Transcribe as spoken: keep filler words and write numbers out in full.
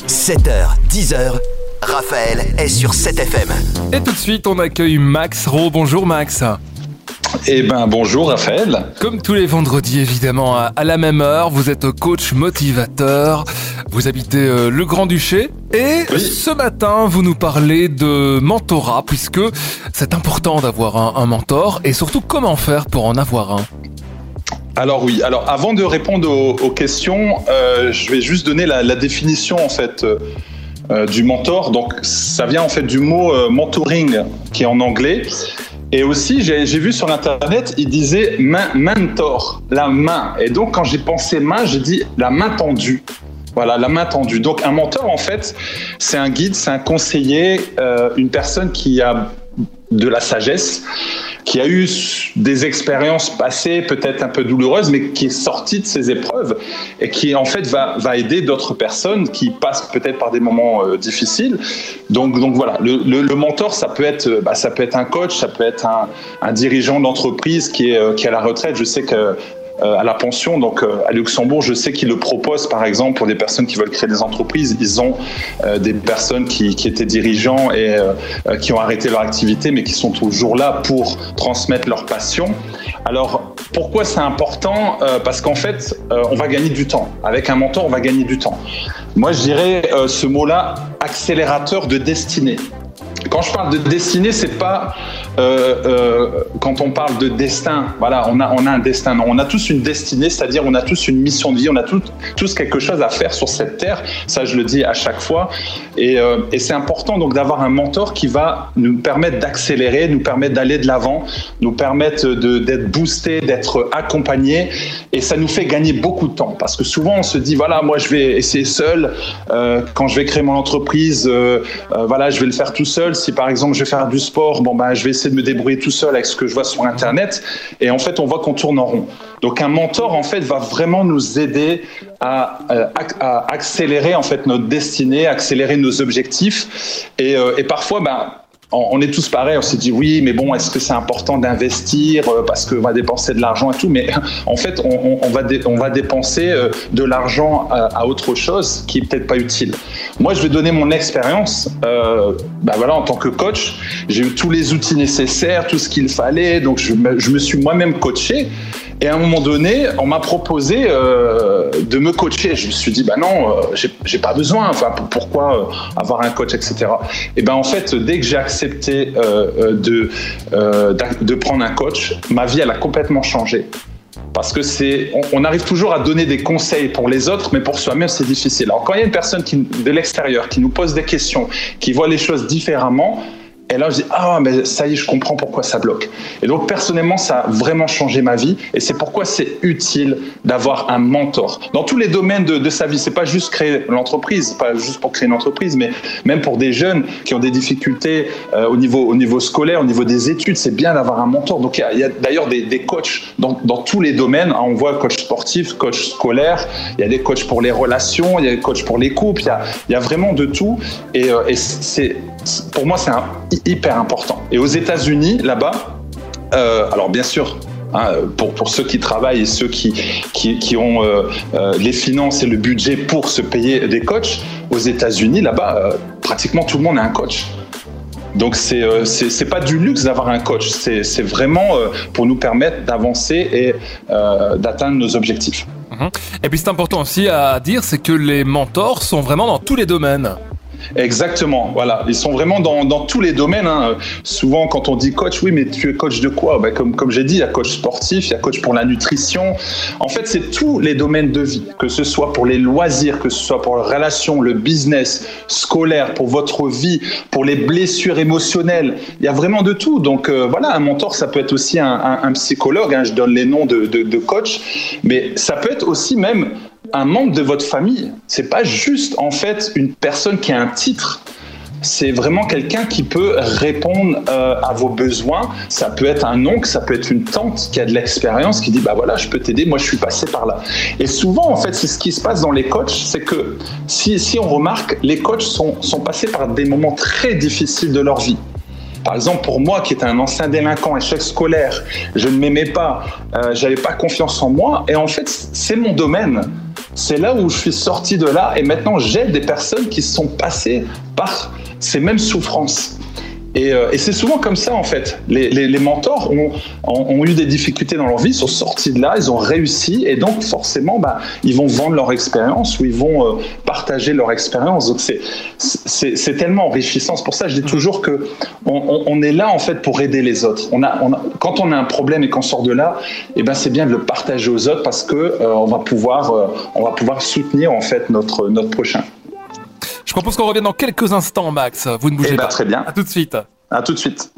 sept heures, dix heures, Raphaël est sur sept F M. Et tout de suite, on accueille Max Rowe. Bonjour Max. Eh ben bonjour Raphaël. Comme tous les vendredis évidemment à, à la même heure, vous êtes coach motivateur, vous habitez euh, le Grand-Duché et oui. Ce matin vous nous parlez de mentorat puisque c'est important d'avoir un, un mentor et surtout comment faire pour en avoir un. Alors oui, alors avant de répondre aux, aux questions, euh, je vais juste donner la, la définition en fait euh, euh, du mentor. Donc ça vient en fait du mot euh, mentoring qui est en anglais. Et aussi j'ai, j'ai vu sur internet, il disait main, mentor, la main. Et donc quand j'ai pensé main, j'ai dit la main tendue. Voilà, la main tendue. Donc un mentor en fait, c'est un guide, c'est un conseiller, euh, une personne qui a de la sagesse, qui a eu des expériences passées peut-être un peu douloureuses, mais qui est sorti de ces épreuves et qui en fait va, va aider d'autres personnes qui passent peut-être par des moments euh, difficiles. Donc, donc voilà, le, le, le mentor, ça peut être, bah, ça peut être un coach, ça peut être un, un dirigeant d'entreprise qui est, euh, qui est à la retraite. Je sais que Euh, à la pension, donc euh, à Luxembourg, je sais qu'ils le proposent par exemple pour des personnes qui veulent créer des entreprises. Ils ont euh, des personnes qui, qui étaient dirigeants et euh, qui ont arrêté leur activité mais qui sont toujours là pour transmettre leur passion. Alors pourquoi c'est important ? euh, Parce qu'en fait euh, on va gagner du temps. Avec un mentor on va gagner du temps. Moi je dirais euh, ce mot-là, accélérateur de destinée. Quand je parle de destinée, c'est pas euh, euh, quand on parle de destin. Voilà, on a on a un destin. Non, on a tous une destinée, c'est-à-dire on a tous une mission de vie. On a tous tous quelque chose à faire sur cette terre. Ça, je le dis à chaque fois. Et, euh, et c'est important donc d'avoir un mentor qui va nous permettre d'accélérer, nous permettre d'aller de l'avant, nous permettre de d'être boosté, d'être accompagné. Et ça nous fait gagner beaucoup de temps parce que souvent on se dit voilà, moi je vais essayer seul. Euh, quand je vais créer mon entreprise, euh, euh, voilà, je vais le faire tout seul. Si par exemple je vais faire du sport, bon ben je vais essayer de me débrouiller tout seul avec ce que je vois sur internet. Et en fait on voit qu'on tourne en rond. Donc un mentor en fait va vraiment nous aider à, à, à accélérer en fait notre destinée, accélérer nos objectifs. Et, euh, et parfois ben on est tous pareils, on s'est dit oui, mais bon, est-ce que c'est important d'investir parce qu'on va dépenser de l'argent et tout, mais en fait, on, on, on, va, dé, on va dépenser de l'argent à, à autre chose qui est peut-être pas utile. Moi, je vais donner mon expérience. Euh, bah voilà, en tant que coach, j'ai eu tous les outils nécessaires, tout ce qu'il fallait, donc je me, je me suis moi-même coaché. Et à un moment donné, on m'a proposé euh, de me coacher. Je me suis dit, bah non, euh, j'ai, j'ai pas besoin. Enfin, pourquoi euh, avoir un coach, et cetera. Et ben en fait, dès que j'ai accepté euh, de euh, de prendre un coach, ma vie elle a complètement changé. Parce que c'est, on, on arrive toujours à donner des conseils pour les autres, mais pour soi-même c'est difficile. Alors quand il y a une personne qui, de l'extérieur qui nous pose des questions, qui voit les choses différemment. Et là, je dis, ah, mais ça y est, je comprends pourquoi ça bloque. Et donc, personnellement, ça a vraiment changé ma vie. Et c'est pourquoi c'est utile d'avoir un mentor. Dans tous les domaines de, de sa vie, c'est pas juste créer l'entreprise, pas juste pour créer une entreprise, mais même pour des jeunes qui ont des difficultés euh, au niveau, au niveau scolaire, au niveau des études, c'est bien d'avoir un mentor. Donc, il y a, il y a d'ailleurs des, des coachs dans, dans tous les domaines. On voit coach sportif, coach scolaire, il y a des coachs pour les relations, il y a des coachs pour les couples, il y a, il y a vraiment de tout. Et, euh, et c'est, pour moi, c'est un hyper important. Et aux États-Unis, là-bas, euh, alors bien sûr, hein, pour pour ceux qui travaillent et ceux qui qui, qui ont euh, euh, les finances et le budget pour se payer des coachs, aux États-Unis, là-bas, euh, pratiquement tout le monde a un coach. Donc c'est euh, c'est c'est pas du luxe d'avoir un coach, c'est c'est vraiment euh, pour nous permettre d'avancer et euh, d'atteindre nos objectifs. Mmh. Et puis c'est important aussi à dire, c'est que les mentors sont vraiment dans tous les domaines. Exactement, voilà. Ils sont vraiment dans, dans tous les domaines. Hein. Souvent, quand on dit coach, oui, mais tu es coach de quoi ? Ben, comme, comme j'ai dit, il y a coach sportif, il y a coach pour la nutrition. En fait, c'est tous les domaines de vie, que ce soit pour les loisirs, que ce soit pour les relations, le business, scolaire, pour votre vie, pour les blessures émotionnelles. Il y a vraiment de tout. Donc euh, voilà, un mentor, ça peut être aussi un, un, un psychologue. Hein. Je donne les noms de, de, de coachs, mais ça peut être aussi même un membre de votre famille. C'est pas juste en fait une personne qui a un titre. C'est vraiment quelqu'un qui peut répondre euh, à vos besoins. Ça peut être un oncle, ça peut être une tante qui a de l'expérience, qui dit bah voilà, je peux t'aider, moi je suis passé par là. Et souvent en fait, c'est ce qui se passe dans les coachs, c'est que si si on remarque, les coachs sont sont passés par des moments très difficiles de leur vie. Par exemple, pour moi, qui était un ancien délinquant, échec scolaire, je ne m'aimais pas, euh, j'avais pas confiance en moi, et en fait, c'est mon domaine. c'est là où je suis sorti de là et maintenant j'aide des personnes qui sont passées par ces mêmes souffrances. Et, euh, et c'est souvent comme ça en fait. Les, les, les mentors ont, ont, ont eu des difficultés dans leur vie, sont sortis de là, ils ont réussi et donc forcément bah, ils vont vendre leur expérience ou ils vont euh, partager leur expérience. Donc c'est, c'est, c'est tellement enrichissant. C'est pour ça que je dis toujours que on, on, on est là en fait pour aider les autres. On a, on a, quand on a un problème et qu'on sort de là, eh ben c'est bien de le partager aux autres parce que euh, on va pouvoir, euh, on va pouvoir soutenir en fait notre notre prochain. Je propose qu'on revienne dans quelques instants, Max. Vous ne bougez eh ben, pas. Très bien. À tout de suite. À tout de suite.